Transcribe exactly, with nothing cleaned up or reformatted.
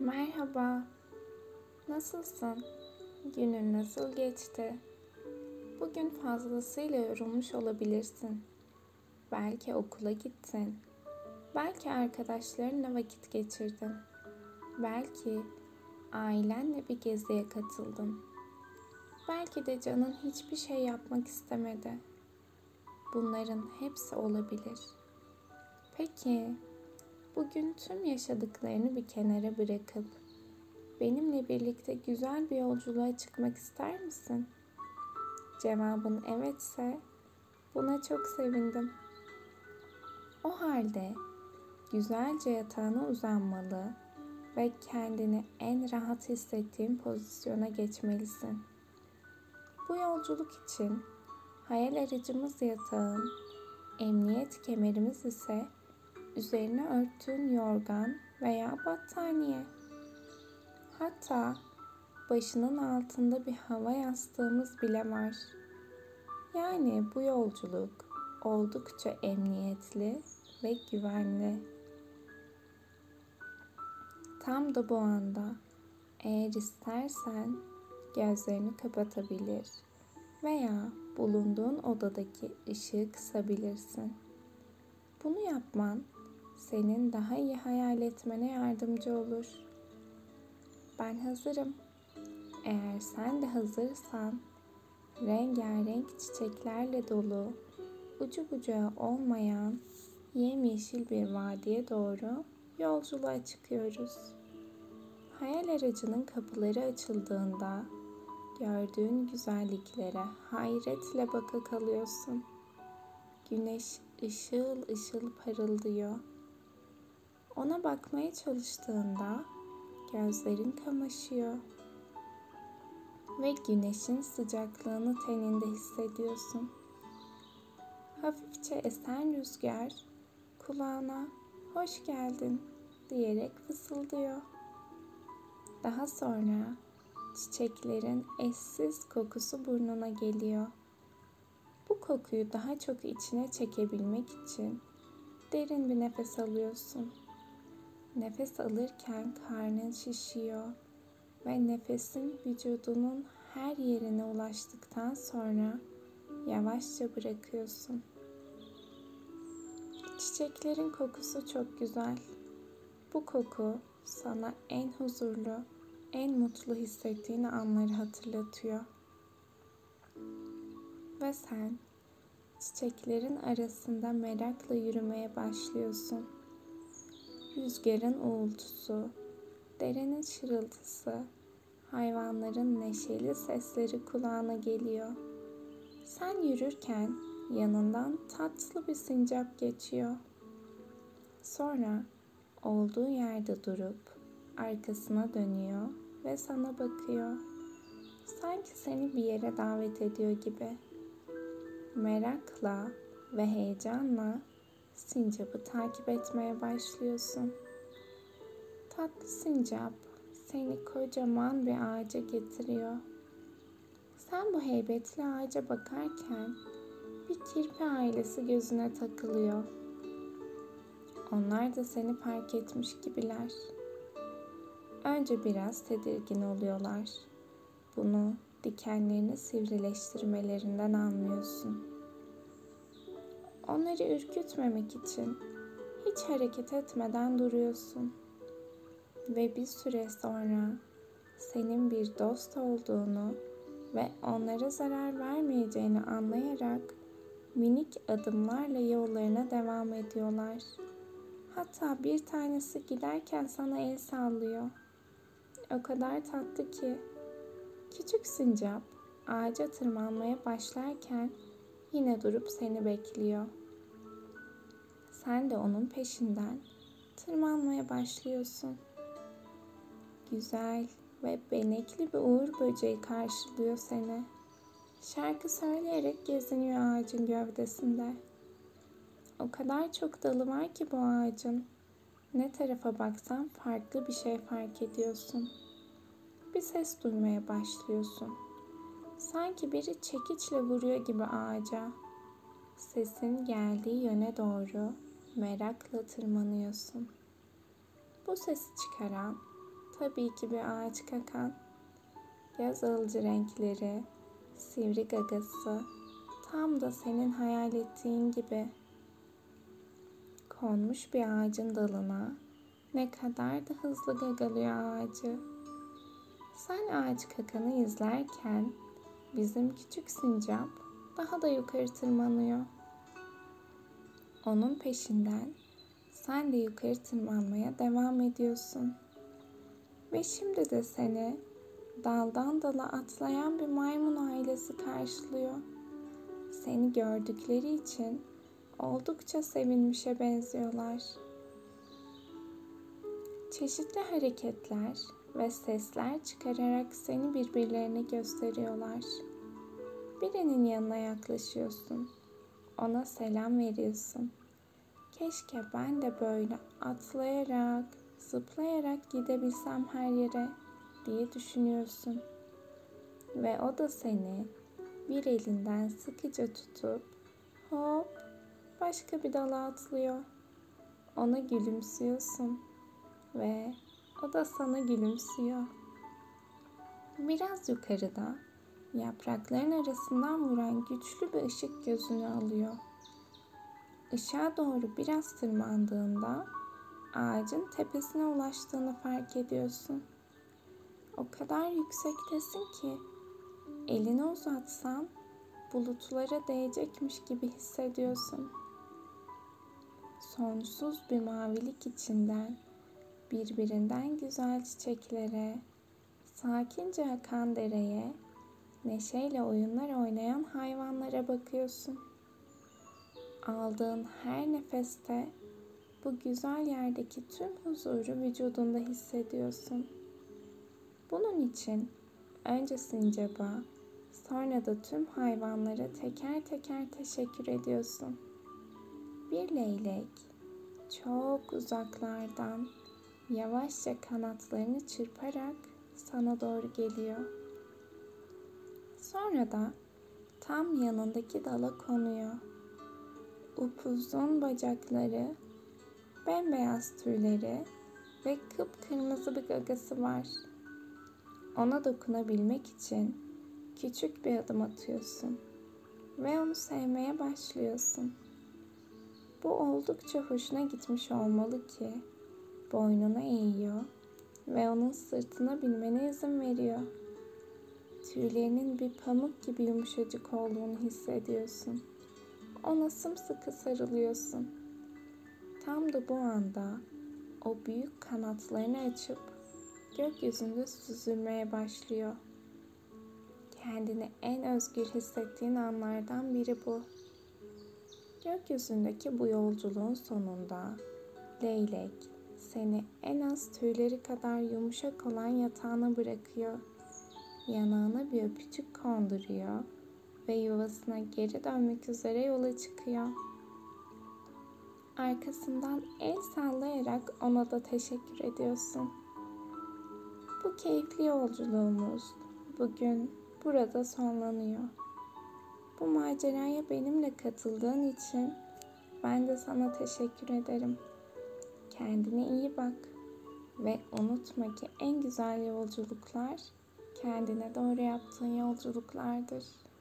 Merhaba, nasılsın? Günün nasıl geçti? Bugün fazlasıyla yorulmuş olabilirsin. Belki okula gittin. Belki arkadaşlarınla vakit geçirdin. Belki ailenle bir geziye katıldın. Belki de canın hiçbir şey yapmak istemedi. Bunların hepsi olabilir. Peki, bugün tüm yaşadıklarını bir kenara bırakıp benimle birlikte güzel bir yolculuğa çıkmak ister misin? Cevabın evetse buna çok sevindim. O halde güzelce yatağına uzanmalı ve kendini en rahat hissettiğin pozisyona geçmelisin. Bu yolculuk için hayal aracımız yatağın, emniyet kemerimiz ise üzerine örttüğün yorgan veya battaniye. Hatta başının altında bir hava yastığımız bile var. Yani bu yolculuk oldukça emniyetli ve güvenli. Tam da bu anda eğer istersen gözlerini kapatabilir veya bulunduğun odadaki ışığı kısabilirsin. Bunu yapman senin daha iyi hayal etmene yardımcı olur. Ben hazırım. Eğer sen de hazırsan, rengarenk çiçeklerle dolu, ucu bucağı olmayan yemyeşil bir vadiye doğru yolculuğa çıkıyoruz. Hayal aracının kapıları açıldığında gördüğün güzelliklere hayretle baka kalıyorsun. Güneş ışıl ışıl parıldıyor. Ona bakmaya çalıştığında gözlerin kamaşıyor ve güneşin sıcaklığını teninde hissediyorsun. Hafifçe esen rüzgar kulağına "hoş geldin" diyerek fısıldıyor. Daha sonra çiçeklerin eşsiz kokusu burnuna geliyor. Bu kokuyu daha çok içine çekebilmek için derin bir nefes alıyorsun. Nefes alırken karnın şişiyor ve nefesin vücudunun her yerine ulaştıktan sonra yavaşça bırakıyorsun. Çiçeklerin kokusu çok güzel. Bu koku sana en huzurlu, en mutlu hissettiğin anları hatırlatıyor. Ve sen çiçeklerin arasında merakla yürümeye başlıyorsun. Rüzgarın uğultusu, derenin şırıltısı, hayvanların neşeli sesleri kulağına geliyor. Sen yürürken yanından tatlı bir sincap geçiyor. Sonra olduğu yerde durup arkasına dönüyor ve sana bakıyor. Sanki seni bir yere davet ediyor gibi. Merakla ve heyecanla sincapı takip etmeye başlıyorsun. Tatlı sincap seni kocaman bir ağaca getiriyor. Sen bu heybetli ağaca bakarken bir kirpi ailesi gözüne takılıyor. Onlar da seni fark etmiş gibiler. Önce biraz tedirgin oluyorlar. Bunu dikenlerini sivrileştirmelerinden anlıyorsun. Onları ürkütmemek için hiç hareket etmeden duruyorsun. Ve bir süre sonra senin bir dost olduğunu ve onlara zarar vermeyeceğini anlayarak minik adımlarla yollarına devam ediyorlar. Hatta bir tanesi giderken sana el sallıyor. O kadar tatlı ki. Küçük sincap ağaca tırmanmaya başlarken yine durup seni bekliyor. Sen de onun peşinden tırmanmaya başlıyorsun. Güzel ve benekli bir uğur böceği karşılıyor seni. Şarkı söyleyerek geziniyor ağacın gövdesinde. O kadar çok dalı var ki bu ağacın. Ne tarafa baksan farklı bir şey fark ediyorsun. Bir ses duymaya başlıyorsun. Sanki biri çekiçle vuruyor gibi ağaca. Sesin geldiği yöne doğru merakla tırmanıyorsun. Bu sesi çıkaran Tabii ki bir ağaç kakan. Göz alıcı renkleri, sivri gagası, tam da senin hayal ettiğin gibi. Konmuş bir ağacın dalına ne kadar da hızlı gagalıyor ağacı. Sen ağaç kakanı izlerken bizim küçük sincap daha da yukarı tırmanıyor. Onun peşinden sen de yukarı tırmanmaya devam ediyorsun. Ve şimdi de seni daldan dala atlayan bir maymun ailesi karşılıyor. Seni gördükleri için oldukça sevinmişe benziyorlar. Çeşitli hareketler ve sesler çıkararak seni birbirlerine gösteriyorlar. Birinin yanına yaklaşıyorsun. Ona selam veriyorsun. Keşke ben de böyle atlayarak, zıplayarak gidebilsem her yere diye düşünüyorsun. Ve o da seni bir elinden sıkıca tutup hop başka bir dala atlıyor. Ona gülümsüyorsun ve o da sana gülümsüyor. Biraz yukarıda yaprakların arasından vuran güçlü bir ışık gözünü alıyor. Işığa doğru biraz tırmandığında ağacın tepesine ulaştığını fark ediyorsun. O kadar yüksektesin ki elini uzatsan bulutlara değecekmiş gibi hissediyorsun. Sonsuz bir mavilik içinden birbirinden güzel çiçeklere, sakince akan dereye, neşeyle oyunlar oynayan hayvanlara bakıyorsun. Aldığın her nefeste bu güzel yerdeki tüm huzuru vücudunda hissediyorsun. Bunun için önce sincaba, sonra da tüm hayvanlara teker teker teşekkür ediyorsun. Bir leylek çok uzaklardan yavaşça kanatlarını çırparak sana doğru geliyor. Sonra da tam yanındaki dala konuyor. Upuzun bacakları, bembeyaz tüyleri ve kıpkırmızı bir gagası var. Ona dokunabilmek için küçük bir adım atıyorsun ve onu sevmeye başlıyorsun. Bu oldukça hoşuna gitmiş olmalı ki boynunu eğiyor ve onun sırtına binmene izin veriyor. Tüylerinin bir pamuk gibi yumuşacık olduğunu hissediyorsun. Ona sımsıkı sarılıyorsun. Tam da bu anda o büyük kanatlarını açıp gökyüzünde süzülmeye başlıyor. Kendini en özgür hissettiğin anlardan biri bu. Gökyüzündeki bu yolculuğun sonunda leylek seni en az tüyleri kadar yumuşak olan yatağına bırakıyor. Yanağına bir öpücük konduruyor ve yuvasına geri dönmek üzere yola çıkıyor. Arkasından el sallayarak ona da teşekkür ediyorsun. Bu keyifli yolculuğumuz bugün burada sonlanıyor. Bu maceraya benimle katıldığın için ben de sana teşekkür ederim. Kendine iyi bak ve unutma ki en güzel yolculuklar kendine doğru yaptığın yolculuklardır.